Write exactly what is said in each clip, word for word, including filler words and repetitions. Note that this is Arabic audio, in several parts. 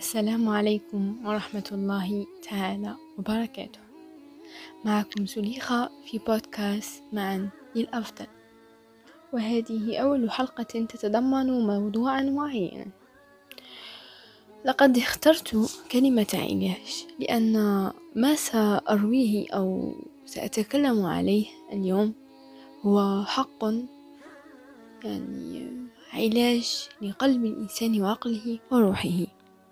السلام عليكم ورحمة الله تعالى وبركاته. معكم زليخة في بودكاست معا للأفضل، وهذه أول حلقة تتضمن موضوعا معينا. لقد اخترت كلمة علاج لأن ما سأرويه أو سأتكلم عليه اليوم هو حق، يعني علاج لقلب الإنسان وعقله وروحه.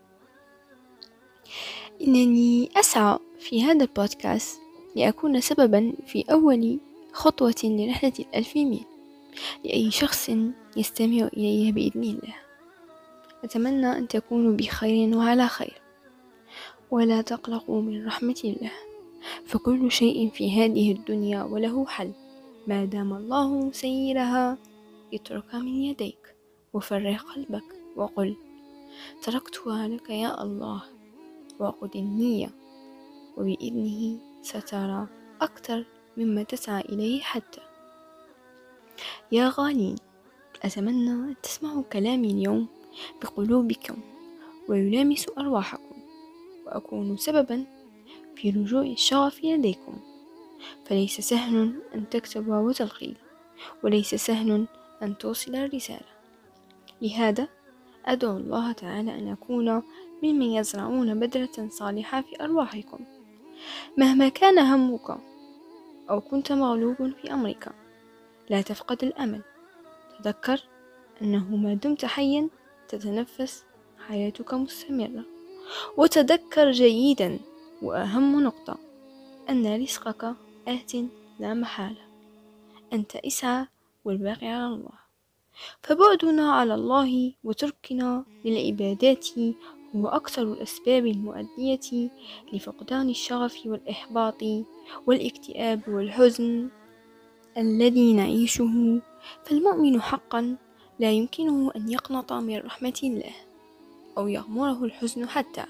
إنني أسعى في هذا البودكاست لأكون سببا في أول خطوة لرحلة الألف ميل لأي شخص يستمع إليها بإذن الله. أتمنى أن تكونوا بخير وعلى خير، ولا تقلقوا من رحمة الله، فكل شيء في هذه الدنيا وله حل ما دام الله مسيرها. اترك من يديك وفرغ قلبك وقل تركتها لك يا الله، وقد النية، وبإذنه سترى أكثر مما تسعى إليه. حتى يا غالين، أتمنى أن تسمعوا كلامي اليوم بقلوبكم ويلامس أرواحكم، وأكون سببا في رجوع الشغف لديكم. فليس سهل أن تكتب وتلقي، وليس سهل أن توصل الرسالة. لهذا أدعو الله تعالى أن أكون ممن يزرعون بذرة صالحة في أرواحكم. مهما كان همك أو كنت مغلوب في أمرك، لا تفقد الأمل. تذكر أنه ما دمت حيا تتنفس، حياتك مستمرة. وتذكر جيدا وأهم نقطة أن رزقك آت لا محالة. أنت اسعى والباقي على الله. فبعدنا على الله وتركنا للعبادات هو أكثر الأسباب المؤدية لفقدان الشغف والإحباط والاكتئاب والحزن الذي نعيشه. فالمؤمن حقا لا يمكنه أن يقنط من رحمة الله أو يغمره الحزن. حتى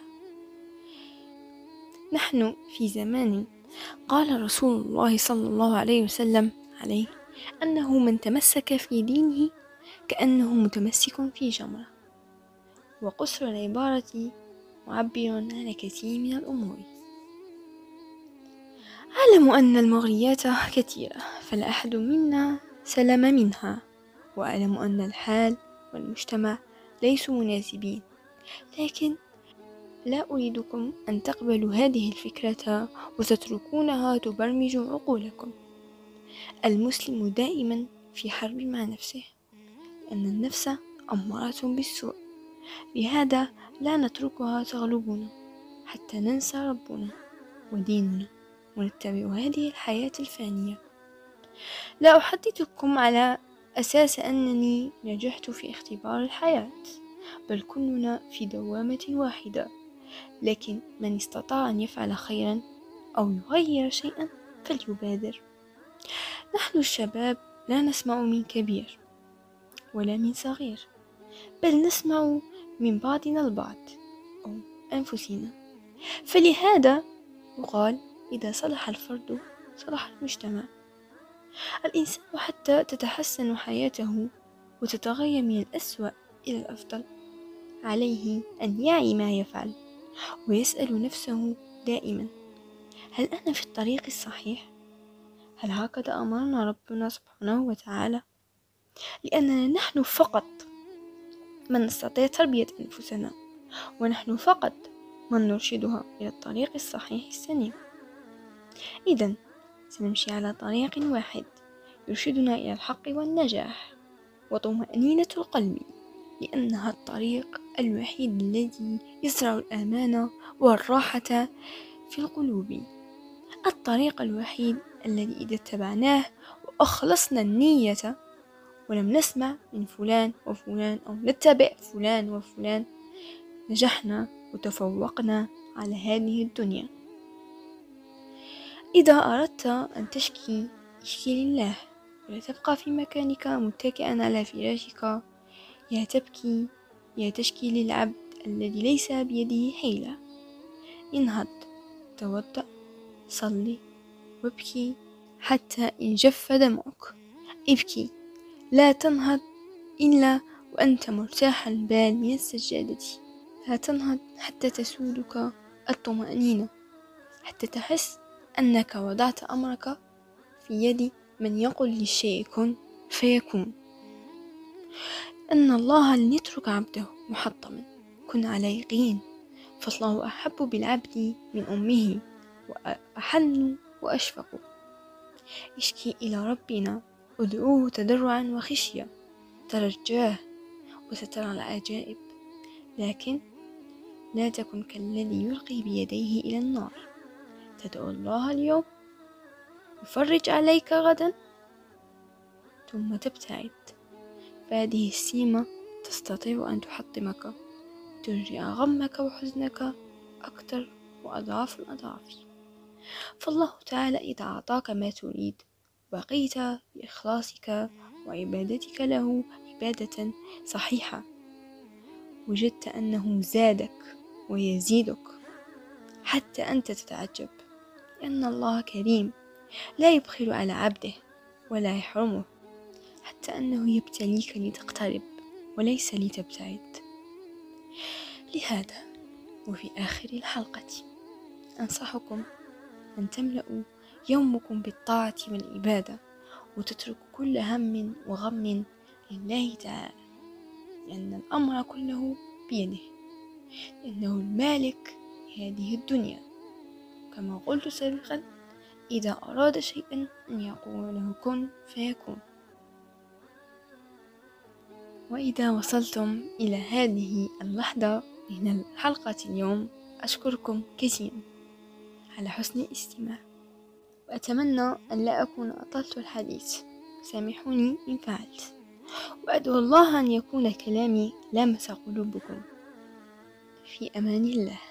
نحن في زمان قال رسول الله صلى الله عليه وسلم عليه أنه من تمسك في دينه كأنه متمسك في جمرة. وقصر العبارة معبر عن كثير من الأمور. أعلم أن المغريات كثيرة، فلا أحد منا سلم منها، وأعلم أن الحال والمجتمع ليسوا مناسبين، لكن لا أريدكم أن تقبلوا هذه الفكرة وتتركونها تبرمج عقولكم. المسلم دائما في حرب مع نفسه، لأن النفس أمارة بالسوء. لهذا لا نتركها تغلبنا حتى ننسى ربنا وديننا ونتبع هذه الحياة الفانية. لا أحدثكم على أساس أنني نجحت في اختبار الحياة، بل كلنا في دوامة واحدة. لكن من استطاع أن يفعل خيرا أو يغير شيئا فليبادر. نحن الشباب لا نسمع من كبير ولا من صغير، بل نسمع من بعضنا البعض أو أنفسنا. فلهذا يقال إذا صلح الفرد صلح المجتمع. الإنسان حتى تتحسن حياته وتتغير من الأسوأ إلى الأفضل عليه أن يعي ما يفعل، ويسأل نفسه دائما: هل أنا في الطريق الصحيح؟ هل هكذا أمرنا ربنا سبحانه وتعالى؟ لأننا نحن فقط من نستطيع تربية أنفسنا، ونحن فقط من نرشدها إلى الطريق الصحيح السليم. إذن سنمشي على طريق واحد يرشدنا إلى الحق والنجاح وطمأنينة القلب، لأنها الطريق الوحيد الذي يزرع الأمان والراحة في القلوب. الطريق الوحيد الذي إذا اتبعناه وأخلصنا النية ولم نسمع من فلان وفلان أو نتبع فلان وفلان، نجحنا وتفوقنا على هذه الدنيا. إذا أردت أن تشكي اشكي لله، ولا تبقى في مكانك متكئا على فراشك، يا تبكي يا تشكي للعبد الذي ليس بيده حيلة. انهض، توضأ، صلي وابكي حتى إن جف دمعك. ابكي، لا تنهض إلا وأنت مرتاح البال من السجادة. لا تنهض حتى تسودك الطمأنينة، حتى تحس أنك وضعت أمرك في يد من يقول للشيء كن فيكون. أن الله لن يترك عبده محطما، كن على يقين، فالله أحب بالعبد من أمه وأحن وأشفق. اشكي إلى ربنا، ادعوه تضرعا وخشية، ترجاه وسترى العجائب، لكن لا تكن كالذي يلقي بيديه إلى النار. تدعو الله اليوم يفرج عليك غدا ثم تبتعد، فهذه السيمة تستطيع أن تحطمك، ترجع غمك وحزنك أكثر وأضعاف الأضعاف. فالله تعالى إذا أعطاك ما تريد بقيت بإخلاصك وعبادتك له عبادة صحيحة، وجدت أنه زادك ويزيدك حتى أنت تتعجب، لأن الله كريم لا يبخل على عبده ولا يحرمه، حتى أنه يبتليك لتقترب وليس لتبتعد. لهذا وفي آخر الحلقة أنصحكم أن تملأوا يومكم بالطاعة والعبادة، وتتركوا كل هم وغم لله تعالى، لأن الأمر كله بيده، لأنه المالك لهذه الدنيا. كما قلت سابقا، إذا أراد شيئا أن يقول له كن فيكون. وإذا وصلتم إلى هذه اللحظة من الحلقة اليوم أشكركم كثيرا على حسن الاستماع، وأتمنى أن لا أكون أطلت الحديث، سامحوني إن فعلت، وأدعو الله أن يكون كلامي لامس قلوبكم. في أمان الله.